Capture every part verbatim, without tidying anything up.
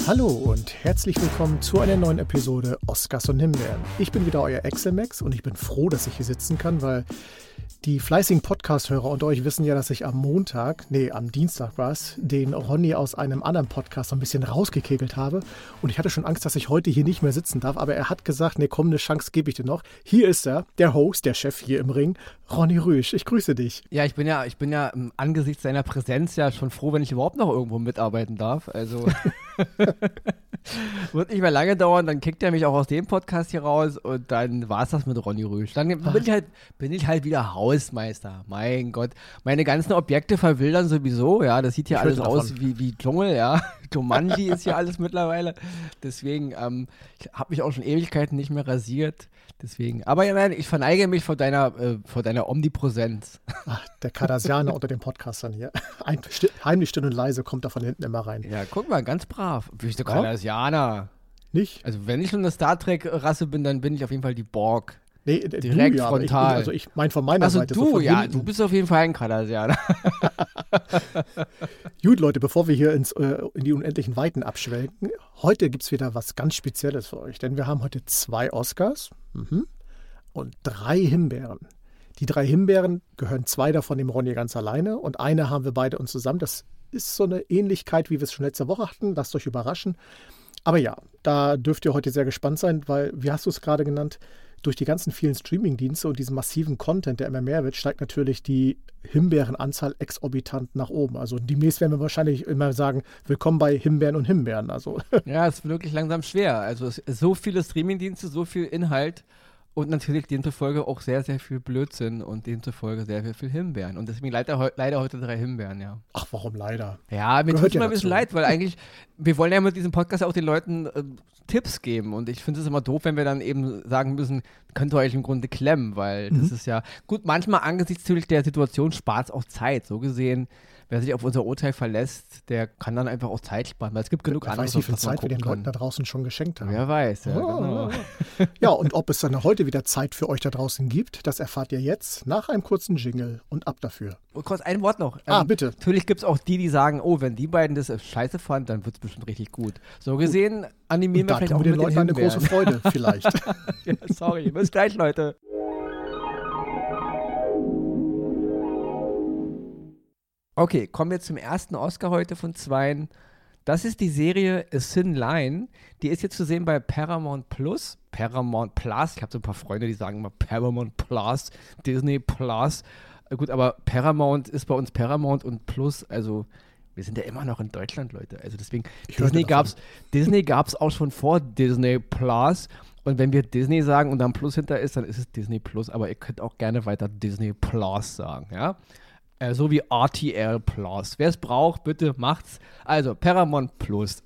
Hallo und herzlich willkommen zu einer neuen Episode Oscars und Himbeeren. Ich bin wieder euer Exelmax und ich bin froh, dass ich hier sitzen kann, weil die fleißigen Podcast-Hörer unter euch wissen ja, dass ich am Montag, nee, am Dienstag war es, den Ronny aus einem anderen Podcast so ein bisschen rausgekegelt habe. Und ich hatte schon Angst, dass ich heute hier nicht mehr sitzen darf. Aber er hat gesagt, nee, komm, eine Chance gebe ich dir noch. Hier ist er, der Host, der Chef hier im Ring, Ronny Rüsch. Ich grüße dich. Ja, ich bin ja, ich bin ja ähm, angesichts seiner Präsenz ja schon froh, wenn ich überhaupt noch irgendwo mitarbeiten darf. Also wird nicht mehr lange dauern, dann kickt er mich auch aus dem Podcast hier raus und dann war es das mit Ronny Rüsch. Dann bin ich halt, bin ich halt wieder Hausmeister. Mein Gott. Meine ganzen Objekte verwildern sowieso, ja. Das sieht hier alles aus wie, wie Dschungel, ja. Jumanji ist hier alles mittlerweile. Deswegen, ähm, ich habe mich auch schon Ewigkeiten nicht mehr rasiert. Deswegen, aber ja, ich verneige mich vor deiner, äh, vor deiner Omnipräsenz. Ach, der Kardasianer unter den Podcastern hier. Ein, sti- heimlich still und leise kommt da von hinten immer rein. Ja, guck mal, ganz brav. Bin ich der Kardasianer? Nicht? Also wenn ich schon eine Star Trek-Rasse bin, dann bin ich auf jeden Fall die Borg. Nee, direkt du, ja, frontal. Ich, also ich meine von meiner also Seite. du, so ja, hinten. du bist auf jeden Fall ein Kardasianer. Gut, Leute, bevor wir hier ins, äh, in die unendlichen Weiten abschwelgen, heute gibt es wieder was ganz Spezielles für euch. Denn wir haben heute zwei Oscars mhm, und drei Himbeeren. Die drei Himbeeren gehören zwei davon dem Ronny ganz alleine und eine haben wir beide uns zusammen. Das ist so eine Ähnlichkeit, wie wir es schon letzte Woche hatten. Lasst euch überraschen. Aber ja, da dürft ihr heute sehr gespannt sein, weil, wie hast du es gerade genannt, durch die ganzen vielen Streaming-Dienste und diesen massiven Content, der immer mehr wird, steigt natürlich die Himbeerenanzahl exorbitant nach oben. Also demnächst werden wir wahrscheinlich immer sagen, willkommen bei Himbeeren und Himbeeren. Also. Ja, es ist wirklich langsam schwer. Also es ist so viele Streaming-Dienste, so viel Inhalt und natürlich demzufolge auch sehr, sehr viel Blödsinn und demzufolge sehr, sehr viel Himbeeren. Und deswegen leider, leider heute drei Himbeeren, ja. Ach, warum leider? Ja, mir tut es ja immer ein bisschen leid, weil eigentlich, wir wollen ja mit diesem Podcast auch den Leuten äh, Tipps geben und ich finde es immer doof, wenn wir dann eben sagen müssen, könnt ihr euch im Grunde klemmen, weil mhm. das ist ja, gut, manchmal angesichts natürlich der Situation spart es auch Zeit, so gesehen. Wer sich auf unser Urteil verlässt, der kann dann einfach auch Zeit sparen, weil es gibt genug andere. Wer weiß, wie viel Zeit wir den Leuten da draußen schon geschenkt haben. Wer weiß, ja, oh, genau. Ja, und ob es dann heute wieder Zeit für euch da draußen gibt, das erfahrt ihr jetzt nach einem kurzen Jingle und ab dafür. Und kurz ein Wort noch. Ah, ähm, bitte. Natürlich gibt es auch die, die sagen, oh, wenn die beiden das scheiße fanden, dann wird es bestimmt richtig gut. So gesehen gut. Animieren wir vielleicht auch mit den mit Leuten den eine große Freude, vielleicht. Ja, sorry, bis gleich, Leute. Okay, kommen wir zum ersten Oscar heute von zweien. Das ist die Serie A Thin Line. Die ist jetzt zu sehen bei Paramount Plus. Paramount Plus. Ich habe so ein paar Freunde, die sagen immer Paramount Plus, Disney Plus. Gut, aber Paramount ist bei uns Paramount und Plus. Also wir sind ja immer noch in Deutschland, Leute. Also deswegen, ich Disney gab's, Disney gab's auch schon vor Disney Plus. Und wenn wir Disney sagen und dann Plus hinter ist, dann ist es Disney Plus. Aber ihr könnt auch gerne weiter Disney Plus sagen, ja. So wie R T L Plus. Wer es braucht, bitte macht's. Also, Paramount Plus.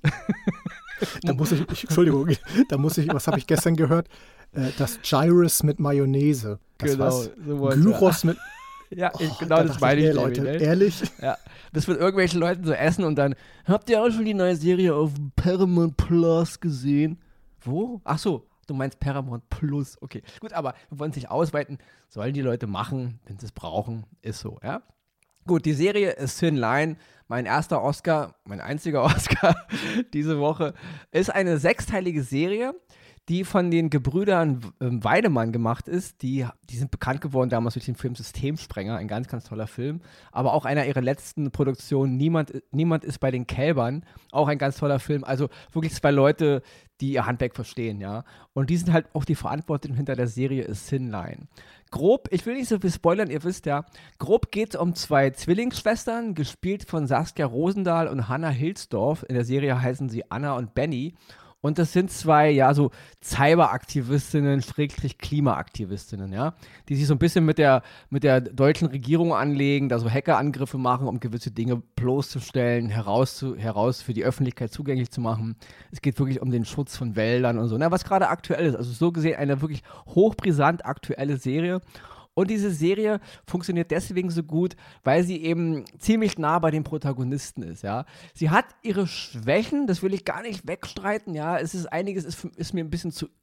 Da muss ich, ich Entschuldigung, da muss ich, was habe ich gestern gehört? Äh, das Gyros mit Mayonnaise. Das genau. Was? Sowas, Gyros ja. mit... Ja, ich, oh, genau da das meine ich, ich. ey, Leute, nämlich, ehrlich? Ja, das wird irgendwelchen Leuten so essen und dann, habt ihr auch schon die neue Serie auf Paramount Plus gesehen? Wo? Ach so. Du meinst Paramount Plus, okay. Gut, aber wir wollen es nicht ausweiten. Sollen die Leute machen, wenn sie es brauchen, ist so, ja. Gut, die Serie A Thin Line, mein erster Oscar, mein einziger Oscar diese Woche, ist eine sechsteilige Serie, die von den Gebrüdern Weidemann gemacht ist. Die, die sind bekannt geworden damals durch den Film Systemsprenger, ein ganz, ganz toller Film. Aber auch einer ihrer letzten Produktionen, Niemand, Niemand ist bei den Kälbern, auch ein ganz toller Film. Also wirklich zwei Leute, die ihr Handwerk verstehen, ja. Und die sind halt auch die Verantwortlichen hinter der Serie A Thin Line. Grob, ich will nicht so viel spoilern, ihr wisst ja, grob geht es um zwei Zwillingsschwestern, gespielt von Saskia Rosendahl und Hannah Hilsdorf. In der Serie heißen sie Anna und Benny. Und das sind zwei, ja, so Cyberaktivistinnen, Schrägstrich Klimaaktivistinnen, ja, die sich so ein bisschen mit der, mit der deutschen Regierung anlegen, da so Hackerangriffe machen, um gewisse Dinge bloßzustellen, heraus, zu, heraus für die Öffentlichkeit zugänglich zu machen. Es geht wirklich um den Schutz von Wäldern und so, na, was gerade aktuell ist. Also so gesehen eine wirklich hochbrisant aktuelle Serie. Und diese Serie funktioniert deswegen so gut, weil sie eben ziemlich nah bei den Protagonisten ist, ja. Sie hat ihre Schwächen, das will ich gar nicht wegstreiten, ja. Es ist einiges, ist, ist mir ein bisschen zu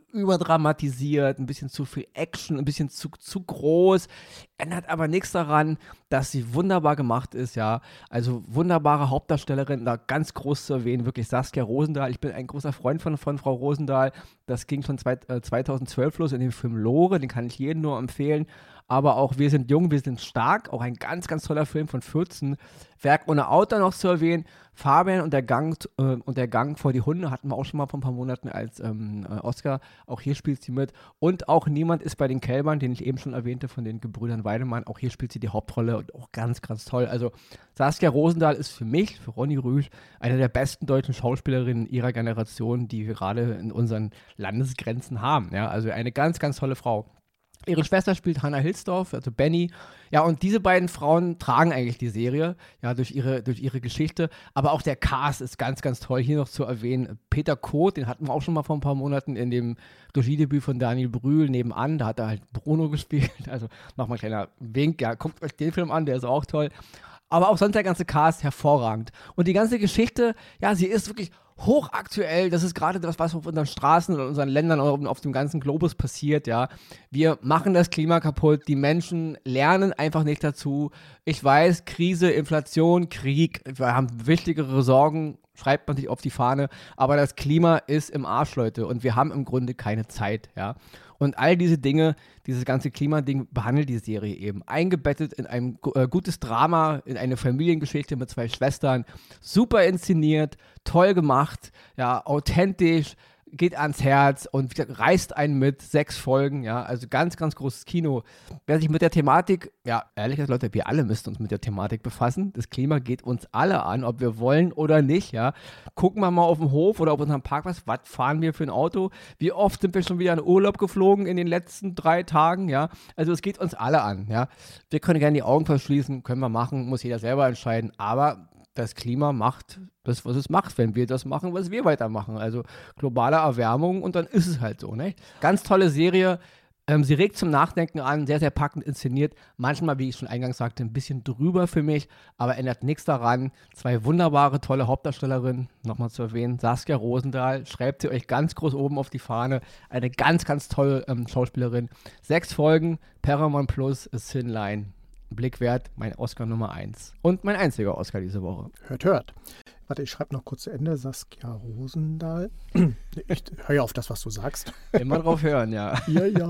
überdramatisiert, ein bisschen zu viel Action, ein bisschen zu, zu groß. Ändert aber nichts daran, dass sie wunderbar gemacht ist, ja. Also wunderbare Hauptdarstellerin, da ganz groß zu erwähnen, wirklich Saskia Rosendahl. Ich bin ein großer Freund von, von Frau Rosendahl. Das ging schon zwei, äh, zweitausendzwölf los in dem Film Lore, den kann ich jedem nur empfehlen. Aber auch Wir sind jung, wir sind stark, auch ein ganz, ganz toller Film von vierzehn. Werk ohne Autor noch zu erwähnen, Fabian und der Gang äh, und der Gang vor die Hunde hatten wir auch schon mal vor ein paar Monaten als ähm, äh, Oscar. Auch hier spielt sie mit. Und auch Niemand ist bei den Kälbern, den ich eben schon erwähnte, von den Gebrüdern Weidemann. Auch hier spielt sie die Hauptrolle und auch ganz, ganz toll. Also Saskia Rosendahl ist für mich, für Ronny Rüsch, eine der besten deutschen Schauspielerinnen ihrer Generation, die wir gerade in unseren Landesgrenzen haben. Ja, also eine ganz, ganz tolle Frau. Ihre Schwester spielt Hannah Hilsdorf, also Benny. Ja, und diese beiden Frauen tragen eigentlich die Serie, ja, durch ihre, durch ihre Geschichte. Aber auch der Cast ist ganz, ganz toll. Hier noch zu erwähnen, Peter Koth, den hatten wir auch schon mal vor ein paar Monaten in dem Regiedebüt von Daniel Brühl nebenan. Da hat er halt Bruno gespielt. Also nochmal ein kleiner Wink, ja, guckt euch den Film an, der ist auch toll. Aber auch sonst der ganze Cast hervorragend. Und die ganze Geschichte, ja, sie ist wirklich hochaktuell. Das ist gerade das, was auf unseren Straßen und unseren Ländern und auf dem ganzen Globus passiert, ja. Wir machen das Klima kaputt. Die Menschen lernen einfach nicht dazu. Ich weiß, Krise, Inflation, Krieg, wir haben wichtigere Sorgen, schreibt man sich auf die Fahne. Aber das Klima ist im Arsch, Leute. Und wir haben im Grunde keine Zeit, ja. Und all diese Dinge, dieses ganze Klimading behandelt die Serie eben. Eingebettet in ein äh, gutes Drama, in eine Familiengeschichte mit zwei Schwestern. Super inszeniert, toll gemacht, ja, authentisch, geht ans Herz und reißt einen mit. Sechs Folgen, ja, also ganz, ganz großes Kino. Wer sich mit der Thematik, ja, ehrlich gesagt, Leute, wir alle müssen uns mit der Thematik befassen. Das Klima geht uns alle an, ob wir wollen oder nicht, ja. Gucken wir mal auf dem Hof oder auf unserem Parkplatz, was fahren wir für ein Auto? Wie oft sind wir schon wieder in Urlaub geflogen in den letzten drei Tagen, ja. Also es geht uns alle an, ja. Wir können gerne die Augen verschließen, können wir machen, muss jeder selber entscheiden, aber das Klima macht das, was es macht, wenn wir das machen, was wir weitermachen. Also globale Erwärmung und dann ist es halt so, ne? Ganz tolle Serie. Ähm, sie regt zum Nachdenken an, sehr, sehr packend inszeniert. Manchmal, wie ich schon eingangs sagte, ein bisschen drüber für mich, aber ändert nichts daran. Zwei wunderbare, tolle Hauptdarstellerinnen, nochmal zu erwähnen. Saskia Rosendahl, schreibt sie euch ganz groß oben auf die Fahne. Eine ganz, ganz tolle ähm, Schauspielerin. Sechs Folgen, Paramount Plus, A Thin Line. Blick wert, mein Oscar Nummer eins. Und mein einziger Oscar diese Woche. Hört, hört. Warte, ich schreibe noch kurz zu Ende. Saskia Rosendahl. Ich höre auf das, was du sagst. Immer drauf hören, ja. Ja, ja.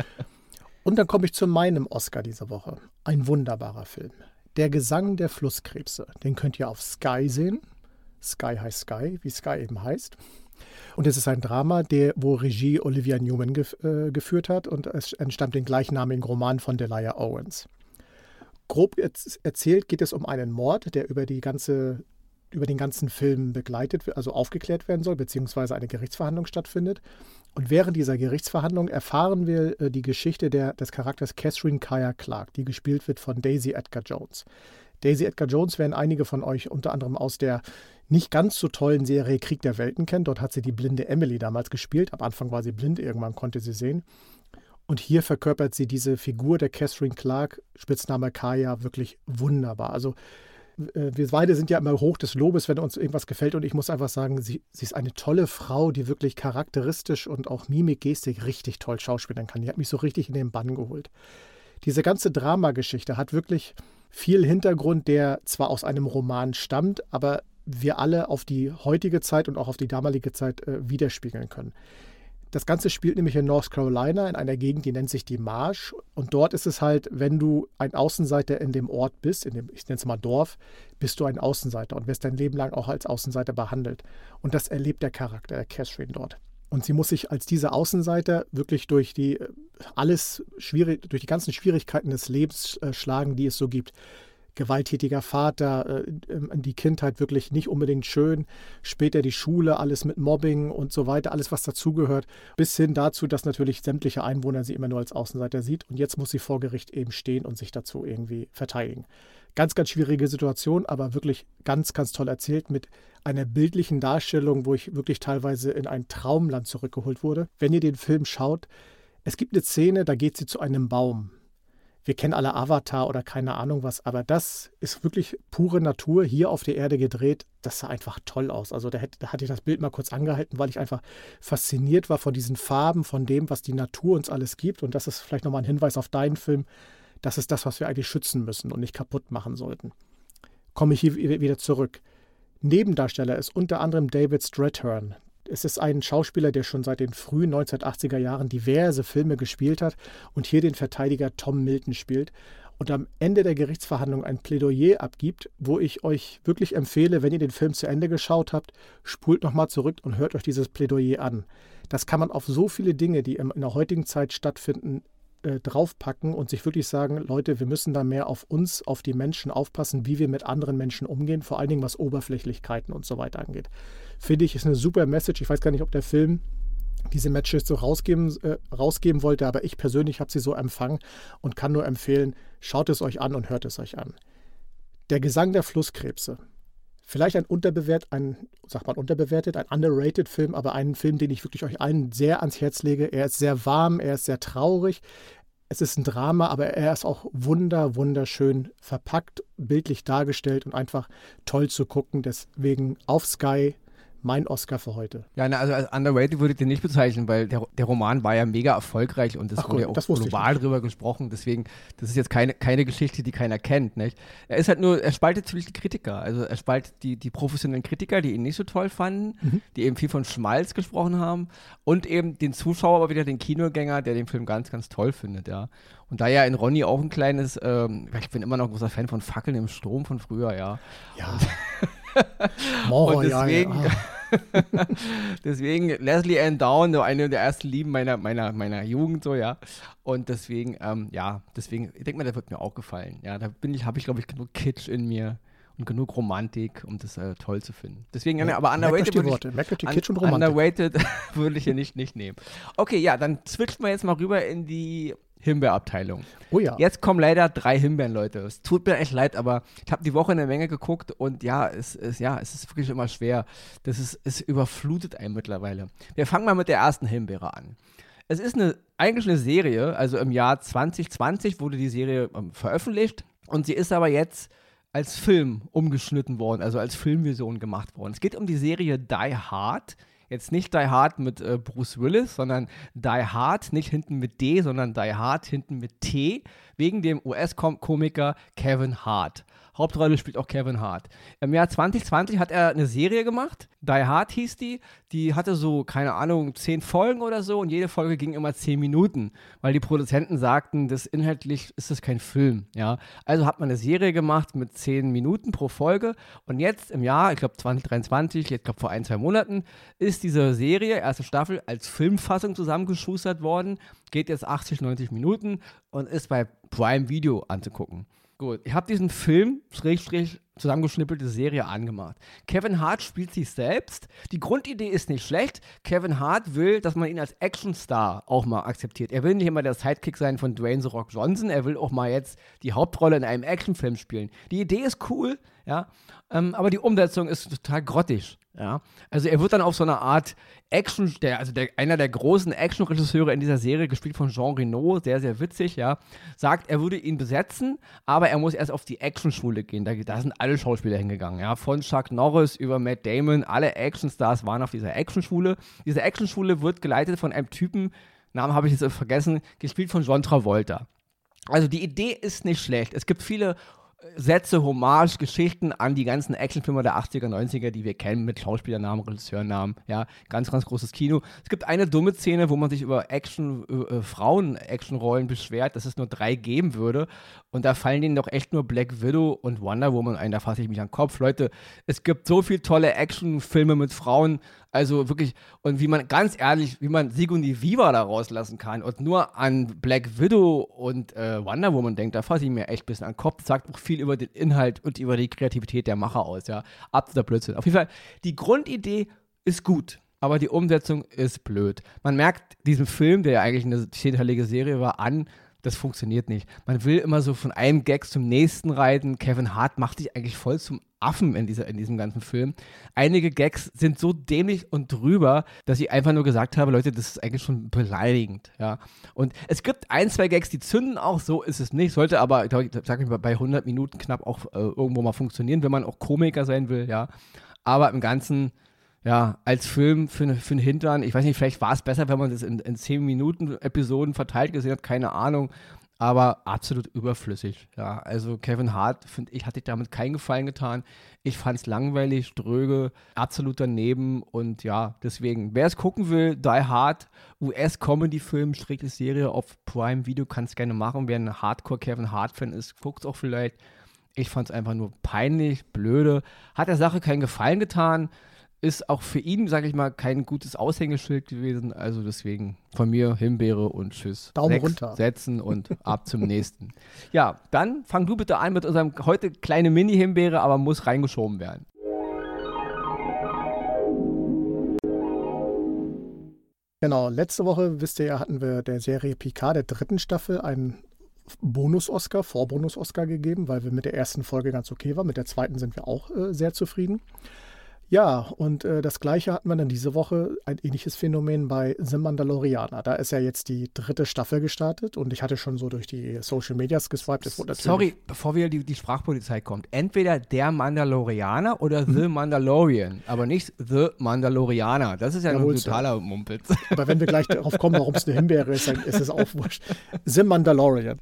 Und dann komme ich zu meinem Oscar diese Woche. Ein wunderbarer Film. Der Gesang der Flusskrebse. Den könnt ihr auf Sky sehen. Sky heißt Sky, wie Sky eben heißt. Und es ist ein Drama, der, wo Regie Olivia Newman gef äh, geführt hat. Und es entstammt den gleichnamigen Roman von Delia Owens. Grob erzählt geht es um einen Mord, der über, die ganze, über den ganzen Film begleitet, also aufgeklärt werden soll, beziehungsweise eine Gerichtsverhandlung stattfindet. Und während dieser Gerichtsverhandlung erfahren wir äh, die Geschichte der, des Charakters Catherine Kaya Clark, die gespielt wird von Daisy Edgar Jones. Daisy Edgar Jones werden einige von euch unter anderem aus der nicht ganz so tollen Serie Krieg der Welten kennen. Dort hat sie die blinde Emily damals gespielt. Am Anfang war sie blind, irgendwann konnte sie sehen. Und hier verkörpert sie diese Figur der Catherine Clark, Spitzname Kaya, wirklich wunderbar. Also äh, wir beide sind ja immer hoch des Lobes, wenn uns irgendwas gefällt. Und ich muss einfach sagen, sie, sie ist eine tolle Frau, die wirklich charakteristisch und auch Mimik, Gestik richtig toll schauspielern kann. Die hat mich so richtig in den Bann geholt. Diese ganze Dramageschichte hat wirklich viel Hintergrund, der zwar aus einem Roman stammt, aber wir alle auf die heutige Zeit und auch auf die damalige Zeit äh, widerspiegeln können. Das Ganze spielt nämlich in North Carolina, in einer Gegend, die nennt sich die Marsh. Und dort ist es halt, wenn du ein Außenseiter in dem Ort bist, in dem, ich nenne es mal Dorf, bist du ein Außenseiter und wirst dein Leben lang auch als Außenseiter behandelt. Und das erlebt der Charakter, der Catherine dort. Und sie muss sich als dieser Außenseiter wirklich durch die alles schwierig, durch die ganzen Schwierigkeiten des Lebens äh, schlagen, die es so gibt. Gewalttätiger Vater, äh, die Kindheit wirklich nicht unbedingt schön, später die Schule, alles mit Mobbing und so weiter, alles was dazugehört, bis hin dazu, dass natürlich sämtliche Einwohner sie immer nur als Außenseiter sieht und jetzt muss sie vor Gericht eben stehen und sich dazu irgendwie verteidigen. Ganz, ganz schwierige Situation, aber wirklich ganz, ganz toll erzählt mit einer bildlichen Darstellung, wo ich wirklich teilweise in ein Traumland zurückgeholt wurde. Wenn ihr den Film schaut, es gibt eine Szene, da geht sie zu einem Baum. wir kennen alle Avatar oder keine Ahnung was, aber das ist wirklich pure Natur, hier auf der Erde gedreht. Das sah einfach toll aus. Also da, hätte, da hatte ich das Bild mal kurz angehalten, weil ich einfach fasziniert war von diesen Farben, von dem, was die Natur uns alles gibt. Und das ist vielleicht nochmal ein Hinweis auf deinen Film. Das ist das, was wir eigentlich schützen müssen und nicht kaputt machen sollten. Komme ich hier wieder zurück. Nebendarsteller ist unter anderem David Strathairn. Es ist ein Schauspieler, der schon seit den frühen neunzehnhundertachtziger Jahren diverse Filme gespielt hat und hier den Verteidiger Tom Milton spielt und am Ende der Gerichtsverhandlung ein Plädoyer abgibt, wo ich euch wirklich empfehle, wenn ihr den Film zu Ende geschaut habt, spult nochmal zurück und hört euch dieses Plädoyer an. Das kann man auf so viele Dinge, die in der heutigen Zeit stattfinden, äh, draufpacken und sich wirklich sagen, Leute, wir müssen da mehr auf uns, auf die Menschen aufpassen, wie wir mit anderen Menschen umgehen, vor allen Dingen was Oberflächlichkeiten und so weiter angeht. Finde ich, ist eine super Message. Ich weiß gar nicht, ob der Film diese Messages so rausgeben, äh, rausgeben wollte, aber ich persönlich habe sie so empfangen und kann nur empfehlen, schaut es euch an und hört es euch an. Der Gesang der Flusskrebse. Vielleicht ein unterbewertet, ein, sagt man unterbewertet, ein underrated Film, aber ein Film, den ich wirklich euch allen sehr ans Herz lege. Er ist sehr warm, er ist sehr traurig. Es ist ein Drama, aber er ist auch wunder, wunderschön verpackt, bildlich dargestellt und einfach toll zu gucken. Deswegen auf Sky mein Oscar für heute. Ja, na, also als underrated würde ich den nicht bezeichnen, weil der, der Roman war ja mega erfolgreich und es wurde ja auch global drüber gesprochen. Deswegen, das ist jetzt keine, keine Geschichte, die keiner kennt. Nicht? Er ist halt nur, er spaltet ziemlich die Kritiker. Also er spaltet die, die professionellen Kritiker, die ihn nicht so toll fanden, mhm. die eben viel von Schmalz gesprochen haben und eben den Zuschauer, aber wieder den Kinogänger, der den Film ganz, ganz toll findet. Ja. Und da ja in Ronny auch ein kleines, ähm, ich bin immer noch ein großer Fan von Fackeln im Strom von früher, ja. Ja. Und deswegen, ja, ja. deswegen Leslie Ann Down, eine der ersten Lieben meiner, meiner, meiner Jugend, so, ja. Und deswegen, ähm, ja, deswegen, ich denke mal, der wird mir auch gefallen. Ja, da bin ich, habe ich, glaube ich, genug Kitsch in mir und genug Romantik, um das äh, toll zu finden. Deswegen, ja, aber underrated würde ich, Merkt euch die Kitsch und Romantik. Underrated würde ich hier nicht, nicht nehmen. Okay, ja, dann switchen wir jetzt mal rüber in die Himbeerabteilung. Oh ja. Jetzt kommen leider drei Himbeeren, Leute. Es tut mir echt leid, aber ich habe die Woche eine Menge geguckt und ja, es ist, ja, es ist wirklich immer schwer. Das ist, es überflutet einen mittlerweile. Wir fangen mal mit der ersten Himbeere an. Es ist eine, eigentlich eine Serie, also im Jahr zwanzig zwanzig wurde die Serie ähm, veröffentlicht und sie ist aber jetzt als Film umgeschnitten worden, also als Filmversion gemacht worden. Es geht um die Serie Die Hard. Jetzt nicht Die Hard mit äh, Bruce Willis, sondern Die Hard, nicht hinten mit D, sondern Die Hard hinten mit T, wegen dem U S-Komiker Kevin Hart. Hauptrolle spielt auch Kevin Hart. Im Jahr zwanzig zwanzig hat er eine Serie gemacht, Die Hard hieß die, die hatte so, keine Ahnung, zehn Folgen oder so und jede Folge ging immer zehn Minuten, weil die Produzenten sagten, das inhaltlich ist das kein Film, ja. Also hat man eine Serie gemacht mit zehn Minuten pro Folge und jetzt im Jahr, ich glaube zwanzig dreiundzwanzig, ich glaube vor ein, zwei Monaten, ist diese Serie, erste Staffel, als Filmfassung zusammengeschustert worden, geht jetzt achtzig, neunzig Minuten und ist bei Prime Video anzugucken. Gut, ich habe diesen Film, Schrägstrich, zusammengeschnippelte Serie angemacht. Kevin Hart spielt sich selbst. Die Grundidee ist nicht schlecht. Kevin Hart will, dass man ihn als Actionstar auch mal akzeptiert. Er will nicht immer der Sidekick sein von Dwayne The Rock Johnson. Er will auch mal jetzt die Hauptrolle in einem Actionfilm spielen. Die Idee ist cool, ja, ähm, aber die Umsetzung ist total grottig. Ja, also er wird dann auf so eine Art Action, der, also der, einer der großen Action-Regisseure in dieser Serie, gespielt von Jean Reno, sehr, sehr witzig, ja, sagt, er würde ihn besetzen, aber er muss erst auf die Action-Schule gehen. Da, da sind alle Schauspieler hingegangen, ja, von Chuck Norris über Matt Damon, alle Actionstars waren auf dieser Action-Schule. Diese Action-Schule wird geleitet von einem Typen, Namen habe ich jetzt vergessen, gespielt von John Travolta. Also die Idee ist nicht schlecht. Es gibt viele Sätze, Hommage, Geschichten an die ganzen Actionfilme der achtziger, neunziger, die wir kennen, mit Schauspielernamen, Regisseurnamen, ja, ganz, ganz großes Kino. Es gibt eine dumme Szene, wo man sich über Action, äh, Frauen-Actionrollen beschwert, dass es nur drei geben würde und da fallen denen doch echt nur Black Widow und Wonder Woman ein, da fasse ich mich an den Kopf. Leute, es gibt so viele tolle Actionfilme mit Frauen, also wirklich, und wie man, ganz ehrlich, wie man Sigourney Weaver da rauslassen kann und nur an Black Widow und äh, Wonder Woman denkt, da fasse ich mir echt ein bisschen an den Kopf. Das sagt auch viel über den Inhalt und über die Kreativität der Macher aus, ja. Absoluter Blödsinn. Auf jeden Fall, die Grundidee ist gut, aber die Umsetzung ist blöd. Man merkt diesem Film, der ja eigentlich eine zehnteilige Serie war, an, Das funktioniert nicht. Man will immer so von einem Gag zum nächsten reiten. Kevin Hart macht sich eigentlich voll zum Affen in, dieser, in diesem ganzen Film. Einige Gags sind so dämlich und drüber, dass ich einfach nur gesagt habe, Leute, das ist eigentlich schon beleidigend. Ja. Und es gibt ein, zwei Gags, die zünden auch, so ist es nicht. Sollte aber, ich sag ich mal, bei hundert Minuten knapp auch äh, irgendwo mal funktionieren, wenn man auch Komiker sein will. Ja. Aber im Ganzen, ja, als Film für, eine, für einen Hintern, ich weiß nicht, vielleicht war es besser, wenn man das in, in zehn Minuten Episoden verteilt gesehen hat, keine Ahnung, aber absolut überflüssig, ja, also Kevin Hart, finde ich, hat sich damit keinen Gefallen getan, ich fand es langweilig, dröge, absolut daneben und ja, deswegen, wer es gucken will, Die Hard, U S-Comedy-Film, strikte Serie auf Prime Video, kann es gerne machen, wer ein Hardcore-Kevin Hart-Fan ist, guckt es auch vielleicht, ich fand es einfach nur peinlich, blöde, hat der Sache keinen Gefallen getan, ist auch für ihn, sage ich mal, kein gutes Aushängeschild gewesen. Also deswegen von mir Himbeere und Tschüss. Daumen Sechs runter. Setzen und ab zum nächsten. Ja, dann fang du bitte an mit unserem heute kleine Mini-Himbeere, aber muss reingeschoben werden. Genau, letzte Woche, wisst ihr ja, hatten wir der Serie Picard, der dritten Staffel, einen Bonus-Oscar, Vorbonus-Oscar gegeben, weil wir mit der ersten Folge ganz okay waren. Mit der zweiten sind wir auch äh, sehr zufrieden. Ja, und äh, das Gleiche hatten wir dann diese Woche, ein ähnliches Phänomen bei The Mandalorianer. Da ist ja jetzt die dritte Staffel gestartet und ich hatte schon so durch die Social Medias geswiped. Das wurde Sorry, bevor wieder die, die Sprachpolizei kommt. Entweder der Mandalorianer oder hm. The Mandalorian, aber nicht The Mandalorianer. Das ist ja, ja ein totaler so. Mumpitz. Aber wenn wir gleich darauf kommen, warum es eine Himbeere ist, dann ist es auch wurscht. The Mandalorian.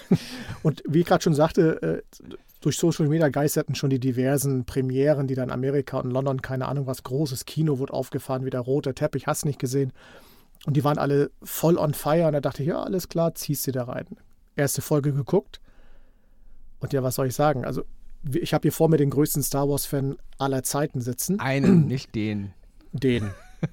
Und wie ich gerade schon sagte, äh, durch Social Media geisterten schon die diversen Premieren, die dann in Amerika und London, keine Ahnung was, großes Kino wurde aufgefahren, wie der rote Teppich, hast nicht gesehen. Und die waren alle voll on fire und da dachte ich, ja, alles klar, ziehst du da rein. Erste Folge geguckt und ja, was soll ich sagen? Also ich habe hier vor mir den größten Star Wars-Fan aller Zeiten sitzen. Einen, nicht den. Den.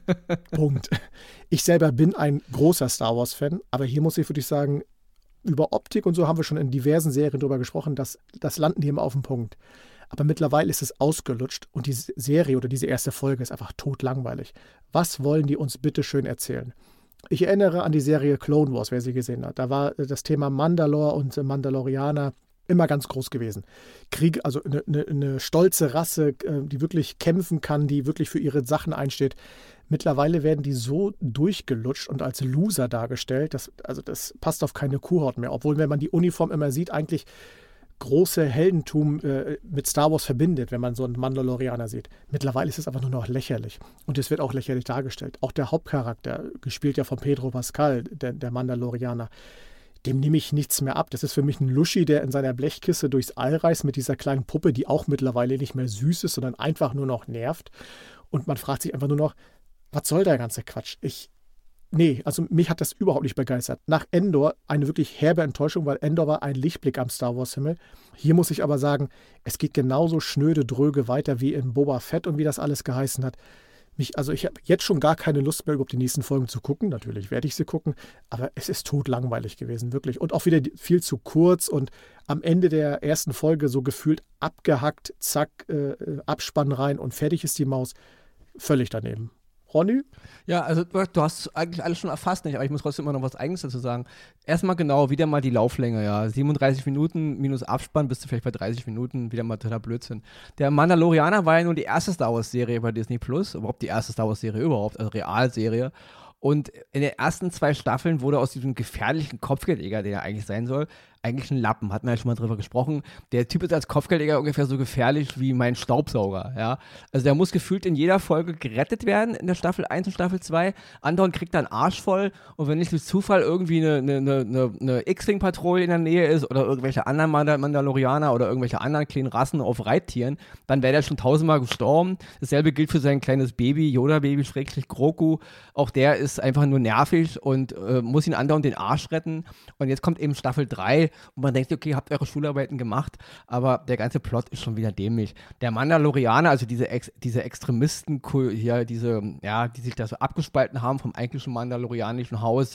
Punkt. Ich selber bin ein großer Star Wars-Fan, aber hier muss ich wirklich sagen, über Optik und so haben wir schon in diversen Serien drüber gesprochen, dass das landen die immer auf den Punkt. Aber mittlerweile ist es ausgelutscht und die Serie oder diese erste Folge ist einfach totlangweilig. Was wollen die uns bitte schön erzählen? Ich erinnere an die Serie Clone Wars, wer sie gesehen hat. Da war das Thema Mandalore und Mandalorianer immer ganz groß gewesen. Krieg, also eine, eine, eine stolze Rasse, die wirklich kämpfen kann, die wirklich für ihre Sachen einsteht. Mittlerweile werden die so durchgelutscht und als Loser dargestellt, dass, also das passt auf keine Kuhhaut mehr. Obwohl, wenn man die Uniform immer sieht, eigentlich große Heldentum äh, mit Star Wars verbindet, wenn man so einen Mandalorianer sieht. Mittlerweile ist es einfach nur noch lächerlich. Und es wird auch lächerlich dargestellt. Auch der Hauptcharakter, gespielt ja von Pedro Pascal, der, der Mandalorianer, dem nehme ich nichts mehr ab. Das ist für mich ein Luschi, der in seiner Blechkiste durchs All reist mit dieser kleinen Puppe, die auch mittlerweile nicht mehr süß ist, sondern einfach nur noch nervt. Und man fragt sich einfach nur noch, was soll der ganze Quatsch? Ich, nee, also mich hat das überhaupt nicht begeistert. Nach Endor eine wirklich herbe Enttäuschung, weil Endor war ein Lichtblick am Star Wars Himmel. Hier muss ich aber sagen, es geht genauso schnöde, dröge weiter wie in Boba Fett und wie das alles geheißen hat. Mich, also ich habe jetzt schon gar keine Lust mehr, überhaupt die nächsten Folgen zu gucken. Natürlich werde ich sie gucken, aber es ist totlangweilig gewesen, wirklich. Und auch wieder viel zu kurz und am Ende der ersten Folge so gefühlt abgehackt, zack, äh, Abspann rein und fertig ist die Maus. Völlig daneben. Ronny? Ja, also du hast eigentlich alles schon erfasst, nicht, aber ich muss trotzdem immer noch was Eigenes dazu sagen. Erstmal genau, wieder mal die Lauflänge, ja. siebenunddreißig Minuten minus Abspann, bist du vielleicht bei dreißig Minuten, wieder mal totaler Blödsinn. Der Mandalorianer war ja nur die erste Star Wars-Serie bei Disney Plus, überhaupt die erste Star Wars-Serie überhaupt, also Realserie. Und in den ersten zwei Staffeln wurde aus diesem gefährlichen Kopfgeldjäger, der er eigentlich sein soll, eigentlich ein Lappen. Hatten wir ja schon mal drüber gesprochen. Der Typ ist als Kopfgeldjäger ungefähr so gefährlich wie mein Staubsauger. Ja? Also der muss gefühlt in jeder Folge gerettet werden in der Staffel eins und Staffel zwei. Andauernd kriegt er einen Arsch voll. Und wenn nicht durch Zufall irgendwie eine, eine, eine, eine X-Wing-Patrouille in der Nähe ist oder irgendwelche anderen Mandalorianer oder irgendwelche anderen kleinen Rassen auf Reittieren, dann wäre der schon tausendmal gestorben. Dasselbe gilt für sein kleines Baby, Yoda-Baby, Schrägstrich Grogu. Auch der ist einfach nur nervig und äh, muss ihn andauernd den Arsch retten. Und jetzt kommt eben Staffel drei und man denkt, okay, habt eure Schularbeiten gemacht, aber der ganze Plot ist schon wieder dämlich. Der Mandalorianer, also diese, Ex- diese Extremisten hier, diese, ja, die sich da so abgespalten haben vom eigentlichen mandalorianischen Haus,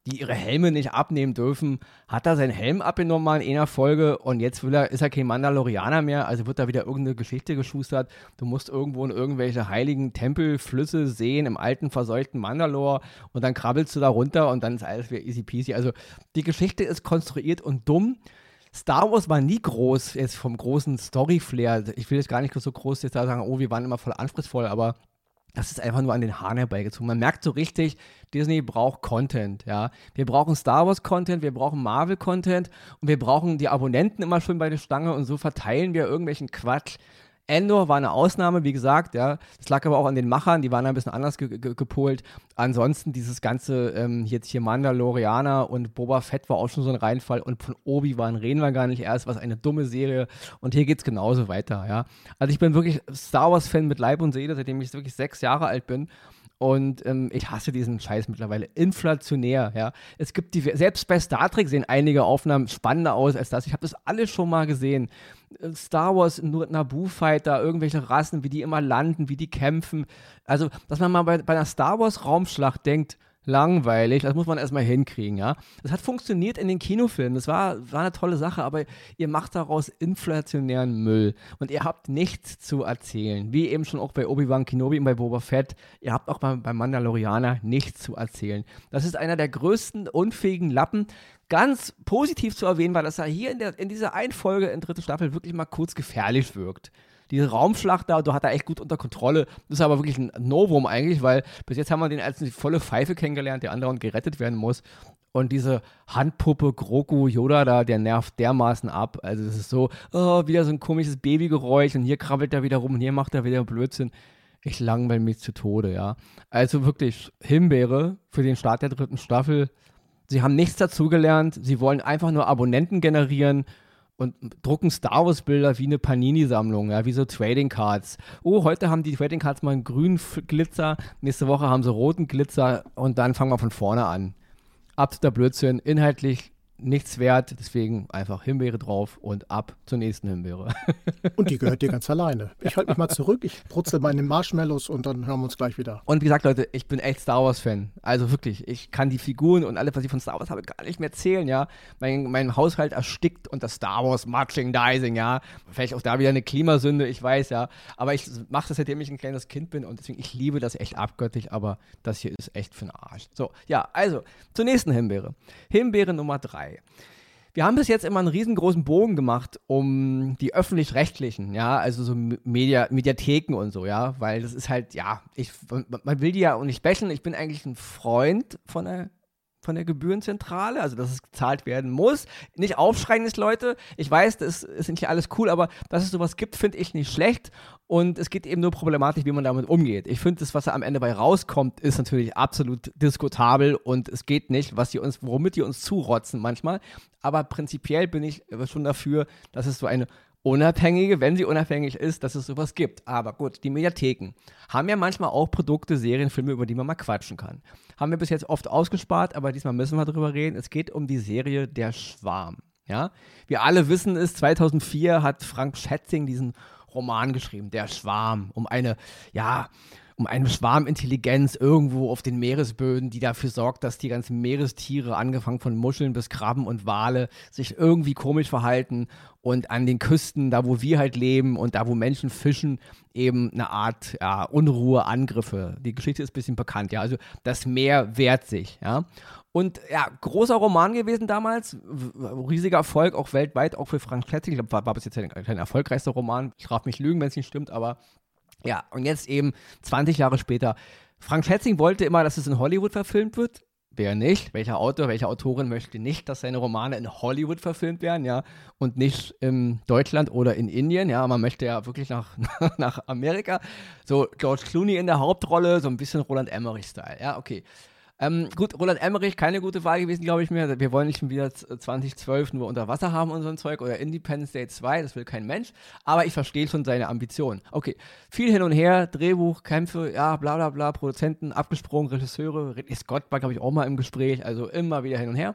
die ihre Helme nicht abnehmen dürfen, hat er seinen Helm abgenommen mal in einer Folge und jetzt will er, ist er kein Mandalorianer mehr, also wird da wieder irgendeine Geschichte geschustert. Du musst irgendwo in irgendwelche heiligen Tempel, Flüsse sehen, im alten, verseuchten Mandalore und dann krabbelst du da runter und dann ist alles wieder easy peasy. Also die Geschichte ist konstruiert und dumm. Star Wars war nie groß, jetzt vom großen Story-Flair. Ich will jetzt gar nicht so groß jetzt da sagen, oh, wir waren immer voll anspruchsvoll, aber das ist einfach nur an den Haaren herbeigezogen. Man merkt so richtig, Disney braucht Content, ja. Wir brauchen Star Wars Content, wir brauchen Marvel Content und wir brauchen die Abonnenten immer schön bei der Stange und so verteilen wir irgendwelchen Quatsch. Endor war eine Ausnahme, wie gesagt, ja. Das lag aber auch an den Machern, die waren ein bisschen anders ge- ge- gepolt. Ansonsten dieses ganze, ähm, jetzt hier Mandalorianer und Boba Fett war auch schon so ein Reinfall und von Obi-Wan reden wir gar nicht erst, was eine dumme Serie und hier geht's genauso weiter, ja. Also ich bin wirklich Star Wars-Fan mit Leib und Seele, seitdem ich wirklich sechs Jahre alt bin. Und ähm, ich hasse diesen Scheiß mittlerweile. Inflationär, ja. Es gibt die, selbst bei Star Trek sehen einige Aufnahmen spannender aus als das. Ich habe das alles schon mal gesehen. Star Wars, nur Naboo-Fighter, irgendwelche Rassen, wie die immer landen, wie die kämpfen. Also, dass man mal bei, bei einer Star Wars-Raumschlacht denkt, langweilig, das muss man erstmal hinkriegen, ja. Das hat funktioniert in den Kinofilmen, das war, war eine tolle Sache, aber ihr macht daraus inflationären Müll und ihr habt nichts zu erzählen, wie eben schon auch bei Obi-Wan Kenobi und bei Boba Fett, ihr habt auch beim, beim Mandalorianer nichts zu erzählen. Das ist einer der größten unfähigen Lappen. Ganz positiv zu erwähnen war, dass er hier in, der, in dieser einen Folge in dritte Staffel wirklich mal kurz gefährlich wirkt. Diese Raumschlacht da, du hat er echt gut unter Kontrolle. Das ist aber wirklich ein Novum eigentlich, weil bis jetzt haben wir den als eine volle Pfeife kennengelernt, der andauernd gerettet werden muss. Und diese Handpuppe Grogu Yoda da, der nervt dermaßen ab. Also das ist so, oh, wieder so ein komisches Babygeräusch und hier krabbelt er wieder rum und hier macht er wieder Blödsinn. Ich langweile mich zu Tode, ja. Also wirklich Himbeere für den Start der dritten Staffel. Sie haben nichts dazugelernt. Sie wollen einfach nur Abonnenten generieren und drucken Star Wars Bilder wie eine Panini-Sammlung, ja, wie so Trading Cards. Oh, heute haben die Trading Cards mal einen grünen Glitzer, nächste Woche haben sie roten Glitzer und dann fangen wir von vorne an. Absoluter Blödsinn, inhaltlich nichts wert, deswegen einfach Himbeere drauf und ab zur nächsten Himbeere. Und die gehört dir ganz alleine. Ich halte mich mal zurück, ich brutzel meine Marshmallows und dann hören wir uns gleich wieder. Und wie gesagt, Leute, ich bin echt Star Wars-Fan. Also wirklich, ich kann die Figuren und alles, was ich von Star Wars habe, gar nicht mehr zählen, ja. Mein, mein Haushalt erstickt unter Star Wars Merchandising, ja. Vielleicht auch da wieder eine Klimasünde, ich weiß, ja. Aber ich mache das, seitdem ich ein kleines Kind bin und deswegen, ich liebe das echt abgöttisch, aber das hier ist echt für den Arsch. So, ja, also, zur nächsten Himbeere. Himbeere Nummer drei. Wir haben bis jetzt immer einen riesengroßen Bogen gemacht um die Öffentlich-Rechtlichen, ja, also so Media, Mediatheken und so, ja, weil das ist halt, ja, ich, man will die ja auch nicht bashen, ich bin eigentlich ein Freund von der von der Gebührenzentrale, also dass es gezahlt werden muss. Nicht aufschreien ist, Leute. Ich weiß, das ist nicht alles cool, aber dass es sowas gibt, finde ich nicht schlecht. Und es geht eben nur problematisch, wie man damit umgeht. Ich finde, das, was da am Ende bei rauskommt, ist natürlich absolut diskutabel und es geht nicht, was die uns, womit die uns zurotzen manchmal. Aber prinzipiell bin ich schon dafür, dass es so eine unabhängige, wenn sie unabhängig ist, dass es sowas gibt. Aber gut, die Mediatheken haben ja manchmal auch Produkte, Serien, Filme, über die man mal quatschen kann. Haben wir bis jetzt oft ausgespart, aber diesmal müssen wir drüber reden. Es geht um die Serie Der Schwarm. Ja? Wir alle wissen es, zweitausendvier hat Frank Schätzing diesen Roman geschrieben, Der Schwarm, um eine, ja, um eine Schwarmintelligenz irgendwo auf den Meeresböden, die dafür sorgt, dass die ganzen Meerestiere, angefangen von Muscheln bis Krabben und Wale, sich irgendwie komisch verhalten und an den Küsten, da wo wir halt leben und da wo Menschen fischen, eben eine Art ja, Unruhe, Angriffe. Die Geschichte ist ein bisschen bekannt, ja, also das Meer wehrt sich, ja. Und ja, großer Roman gewesen damals, riesiger Erfolg, auch weltweit, auch für Frank Schätzing. Ich glaube, war, war bis jetzt kein, kein erfolgreichster Roman. Ich darf mich lügen, wenn es nicht stimmt, aber ja, und jetzt eben zwanzig Jahre später. Frank Schätzing wollte immer, dass es in Hollywood verfilmt wird. Wer nicht? Welcher Autor, welche Autorin möchte nicht, dass seine Romane in Hollywood verfilmt werden, ja? Und nicht in Deutschland oder in Indien, ja? Man möchte ja wirklich nach, nach Amerika. So George Clooney in der Hauptrolle, so ein bisschen Roland Emmerich-Style, ja, okay. Ähm, gut, Roland Emmerich, keine gute Wahl gewesen, glaube ich mehr. Wir wollen nicht schon wieder zwanzig zwölf nur unter Wasser haben und so ein Zeug oder Independence Day zwei, das will kein Mensch. Aber ich verstehe schon seine Ambitionen. Okay, viel hin und her, Drehbuch, Kämpfe, ja, bla bla bla, Produzenten, abgesprungen, Regisseure. Ridley Scott war, glaube ich, auch mal im Gespräch, also immer wieder hin und her.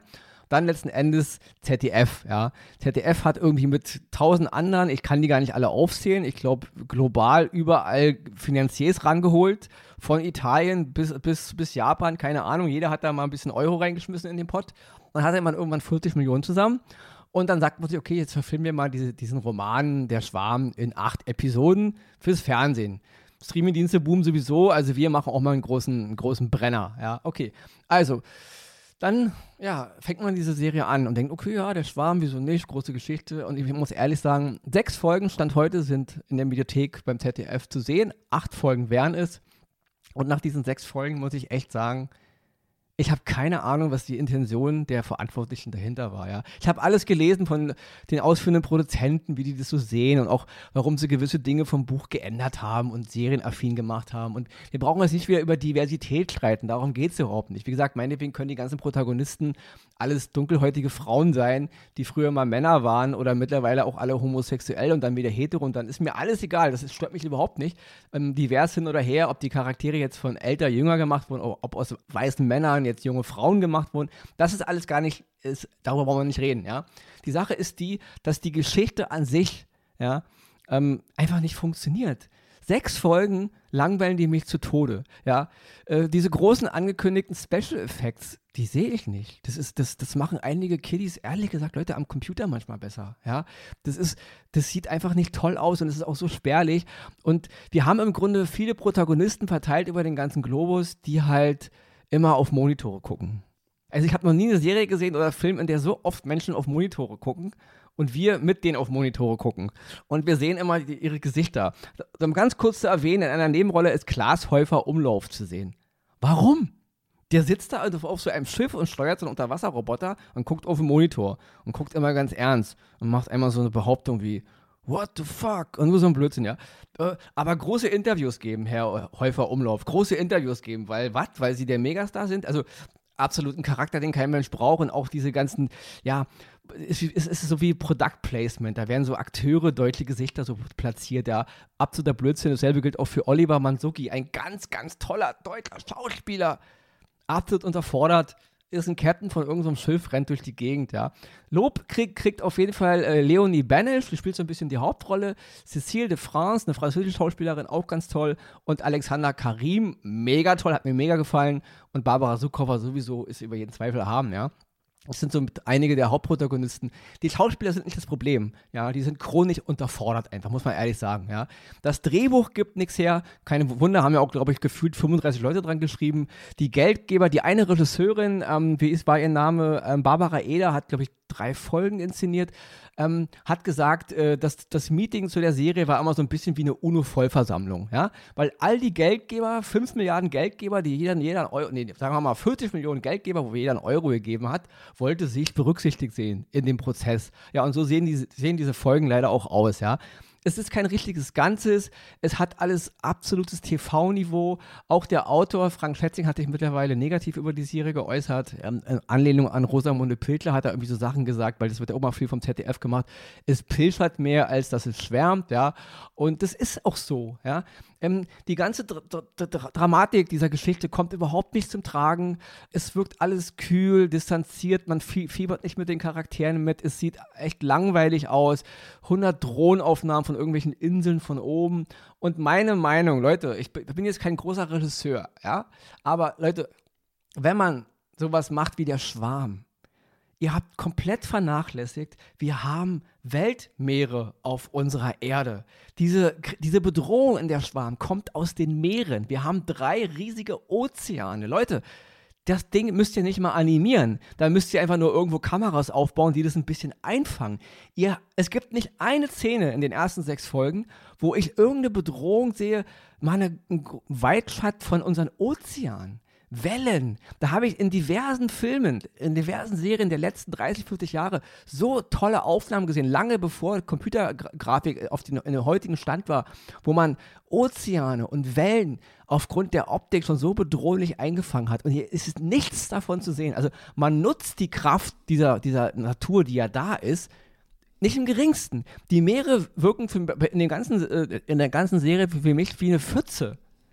dann letzten Endes Z D F, ja. Z D F hat irgendwie mit tausend anderen, ich kann die gar nicht alle aufzählen, ich glaube global überall Finanziers rangeholt, von Italien bis, bis, bis Japan, keine Ahnung, jeder hat da mal ein bisschen Euro reingeschmissen in den Pott und hatte man irgendwann vierzig Millionen zusammen. Und dann sagt man sich, okay, jetzt verfilmen wir mal diese, diesen Roman Der Schwarm in acht Episoden fürs Fernsehen. Streamingdienste boomen sowieso, also wir machen auch mal einen großen, einen großen Brenner, ja, okay. Also, dann, ja, fängt man diese Serie an und denkt, okay, ja, Der Schwarm, wieso nicht, große Geschichte. Und ich muss ehrlich sagen, sechs Folgen Stand heute sind in der Mediathek beim Z D F zu sehen, acht Folgen wären es. Und nach diesen sechs Folgen muss ich echt sagen, ich habe keine Ahnung, was die Intention der Verantwortlichen dahinter war, ja. Ich habe alles gelesen von den ausführenden Produzenten, wie die das so sehen und auch, warum sie gewisse Dinge vom Buch geändert haben und serienaffin gemacht haben. Und wir brauchen jetzt nicht wieder über Diversität streiten, darum geht es überhaupt nicht. Wie gesagt, meinetwegen können die ganzen Protagonisten alles dunkelhäutige Frauen sein, die früher mal Männer waren oder mittlerweile auch alle homosexuell und dann wieder hetero und dann ist mir alles egal, das ist, stört mich überhaupt nicht. Ähm, divers hin oder her, ob die Charaktere jetzt von älter, jünger gemacht wurden, ob aus weißen Männern jetzt junge Frauen gemacht wurden, das ist alles gar nicht, ist, darüber wollen wir nicht reden, ja. Die Sache ist die, dass die Geschichte an sich, ja, ähm, einfach nicht funktioniert. Sechs Folgen langweilen die mich zu Tode, ja. Äh, diese großen angekündigten Special Effects, die sehe ich nicht. Das ist, das, das machen einige Kiddies, ehrlich gesagt, Leute, am Computer manchmal besser, ja. Das ist, das sieht einfach nicht toll aus und es ist auch so spärlich. Und wir haben im Grunde viele Protagonisten verteilt über den ganzen Globus, die halt immer auf Monitore gucken. Also ich habe noch nie eine Serie gesehen oder einen Film, in der so oft Menschen auf Monitore gucken und wir mit denen auf Monitore gucken. Und wir sehen immer die, ihre Gesichter. Um ganz kurz zu erwähnen, in einer Nebenrolle ist Klaas Häufer Umlauf zu sehen. Warum? Der sitzt da also auf so einem Schiff und steuert so einen Unterwasserroboter und guckt auf den Monitor und guckt immer ganz ernst und macht einmal so eine Behauptung wie what the fuck? Und nur so ein Blödsinn, ja. Aber große Interviews geben, Herr Häufer Umlauf. Große Interviews geben, weil was? Weil sie der Megastar sind? Also absoluten Charakter, den kein Mensch braucht und auch diese ganzen, ja, es, es ist so wie Product Placement. Da werden so Akteure, deutsche Gesichter so platziert, ja. Absoluter Blödsinn. Dasselbe gilt auch für Oliver Manzuki. Ein ganz, ganz toller deutscher Schauspieler. Absolut unterfordert. Ist ein Captain von irgendeinem Schiff, rennt durch die Gegend, ja. Lob krieg, kriegt auf jeden Fall äh, Leonie Banish, die spielt so ein bisschen die Hauptrolle. Cécile de France, eine französische Schauspielerin, auch ganz toll. Und Alexander Karim, mega toll, hat mir mega gefallen. Und Barbara Sukowa sowieso ist über jeden Zweifel erhaben, ja. Das sind so einige der Hauptprotagonisten. Die Schauspieler sind nicht das Problem, ja, die sind chronisch unterfordert einfach, muss man ehrlich sagen, ja. Das Drehbuch gibt nichts her, keine Wunder, haben ja auch, glaube ich, gefühlt fünfunddreißig Leute dran geschrieben. Die Geldgeber, die eine Regisseurin, ähm, wie ist, war ihr Name, ähm, Barbara Eder, hat, glaube ich, drei Folgen inszeniert, ähm, hat gesagt, äh, dass das Meeting zu der Serie war immer so ein bisschen wie eine UNO-Vollversammlung, ja, weil all die Geldgeber, fünf Milliarden Geldgeber, die jeder, jeder einen Euro, nee, sagen wir mal vierzig Millionen Geldgeber, wo jeder einen Euro gegeben hat, wollte sich berücksichtigt sehen in dem Prozess. Ja, und so sehen, die, sehen diese Folgen leider auch aus, ja. Es ist kein richtiges Ganzes, es hat alles absolutes T V-Niveau. Auch der Autor Frank Schätzing hat sich mittlerweile negativ über die Serie geäußert. Ähm, in Anlehnung an Rosamunde Pilcher hat er irgendwie so Sachen gesagt, weil das wird ja auch mal viel vom Z D F gemacht. Es pilchert mehr, als dass es schwärmt, ja. Und das ist auch so, ja. Ähm, die ganze Dr- Dr- Dr- Dramatik dieser Geschichte kommt überhaupt nicht zum Tragen. Es wirkt alles kühl, distanziert, man fie- fiebert nicht mit den Charakteren mit. Es sieht echt langweilig aus. hundert Drohnenaufnahmen von irgendwelchen Inseln von oben. Und meine Meinung, Leute, ich bin jetzt kein großer Regisseur, ja, aber Leute, wenn man sowas macht wie Der Schwarm, ihr habt komplett vernachlässigt, wir haben Weltmeere auf unserer Erde. Diese, diese Bedrohung in Der Schwarm kommt aus den Meeren. Wir haben drei riesige Ozeane. Leute, das Ding müsst ihr nicht mal animieren. Da müsst ihr einfach nur irgendwo Kameras aufbauen, die das ein bisschen einfangen. Ihr, es gibt nicht eine Szene in den ersten sechs Folgen, wo ich irgendeine Bedrohung sehe, mal eine, ein Weitschatt von unseren Ozeanen. Wellen. Da habe ich in diversen Filmen, in diversen Serien der letzten dreißig, vierzig Jahre so tolle Aufnahmen gesehen, lange bevor Computergrafik auf den, in den heutigen Stand war, wo man Ozeane und Wellen aufgrund der Optik schon so bedrohlich eingefangen hat. Und hier ist nichts davon zu sehen. Also man nutzt die Kraft dieser, dieser Natur, die ja da ist, nicht im geringsten. Die Meere wirken für, in, den ganzen, in der ganzen Serie für mich wie eine Pfütze.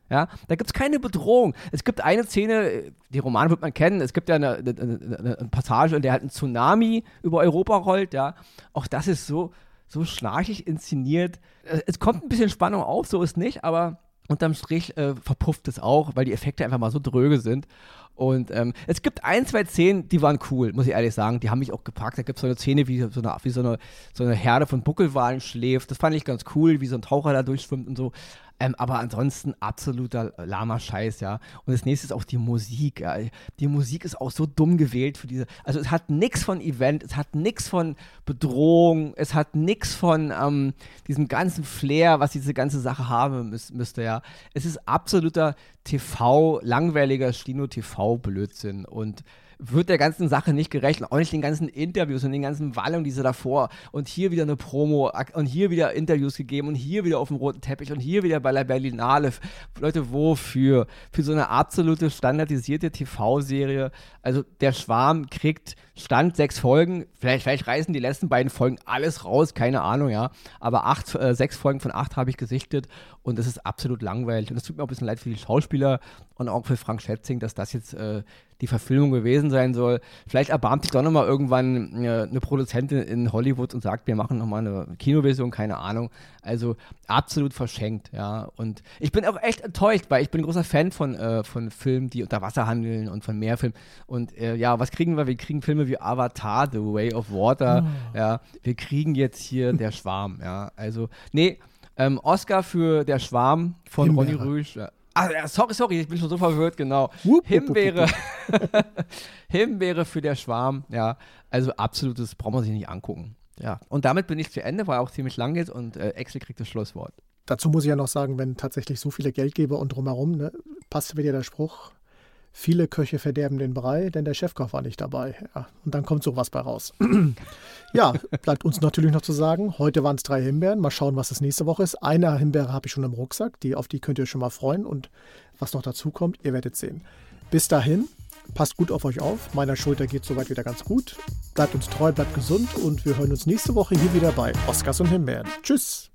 Ja, da gibt es keine Bedrohung. Es gibt eine Szene, die Roman wird man kennen, es gibt ja eine, eine, eine, eine Passage, in der halt ein Tsunami über Europa rollt, ja. Auch das ist so, so schnarchig inszeniert. Es kommt ein bisschen Spannung auf, so ist nicht, aber unterm Strich äh, verpufft es auch, weil die Effekte einfach mal so dröge sind. Und ähm, es gibt ein, zwei Szenen, die waren cool, muss ich ehrlich sagen. Die haben mich auch gepackt. Da gibt es so eine Szene, wie, so eine, wie so, eine, so eine Herde von Buckelwalen schläft. Das fand ich ganz cool, wie so ein Taucher da durchschwimmt und so. Ähm, aber ansonsten absoluter Lama-Scheiß, ja. Und das nächste ist auch die Musik, ja. Die Musik ist auch so dumm gewählt für diese, also es hat nichts von Event, es hat nichts von Bedrohung, es hat nichts von ähm, diesem ganzen Flair, was diese ganze Sache haben müß, müsste, ja. Es ist absoluter T V, langweiliger Stino-T V-Blödsinn und wird der ganzen Sache nicht gerecht und auch nicht den ganzen Interviews und den ganzen Wallungen, die sie davor und hier wieder eine Promo und hier wieder Interviews gegeben und hier wieder auf dem roten Teppich und hier wieder bei der Berlinale. Leute, wofür? Für so eine absolute standardisierte T V-Serie. Also der Schwarm kriegt Stand sechs Folgen, vielleicht, vielleicht reißen die letzten beiden Folgen alles raus, keine Ahnung, ja, aber acht, äh, sechs Folgen von acht habe ich gesichtet und es ist absolut langweilig und es tut mir auch ein bisschen leid für die Schauspieler und auch für Frank Schätzing, dass das jetzt äh, die Verfilmung gewesen sein soll. Vielleicht erbarmt sich doch nochmal irgendwann äh, eine Produzentin in Hollywood und sagt, wir machen nochmal eine Kinoversion, keine Ahnung. Also absolut verschenkt, ja. Und ich bin auch echt enttäuscht, weil ich bin ein großer Fan von, äh, von Filmen, die unter Wasser handeln und von Meerfilmen. Und äh, ja, was kriegen wir? Wir kriegen Filme wie Avatar, The Way of Water, oh. ja. Wir kriegen jetzt hier Der Schwarm, ja. Also, nee, ähm, Oscar für Der Schwarm von Himbeere. Ronny Rüsch, ja. Ah, sorry, sorry, ich bin schon so verwirrt, genau. Wupp, Himbeere. Wupp, wupp. Himbeere für Der Schwarm, ja. Also absolutes, braucht man sich nicht angucken. Ja. Und damit bin ich zu Ende, weil auch ziemlich lang ist und äh, Axel kriegt das Schlusswort. Dazu muss ich ja noch sagen, wenn tatsächlich so viele Geldgeber und drumherum, ne, passt wieder der Spruch, viele Köche verderben den Brei, denn der Chefkoch war nicht dabei. Ja, und dann kommt sowas bei raus. Ja, bleibt uns natürlich noch zu sagen, heute waren es drei Himbeeren. Mal schauen, was das nächste Woche ist. Eine Himbeere habe ich schon im Rucksack, die, auf die könnt ihr schon mal freuen. Und was noch dazu kommt, ihr werdet sehen. Bis dahin, passt gut auf euch auf. Meiner Schulter geht soweit wieder ganz gut. Bleibt uns treu, bleibt gesund und wir hören uns nächste Woche hier wieder bei Oscars und Himbeeren. Tschüss!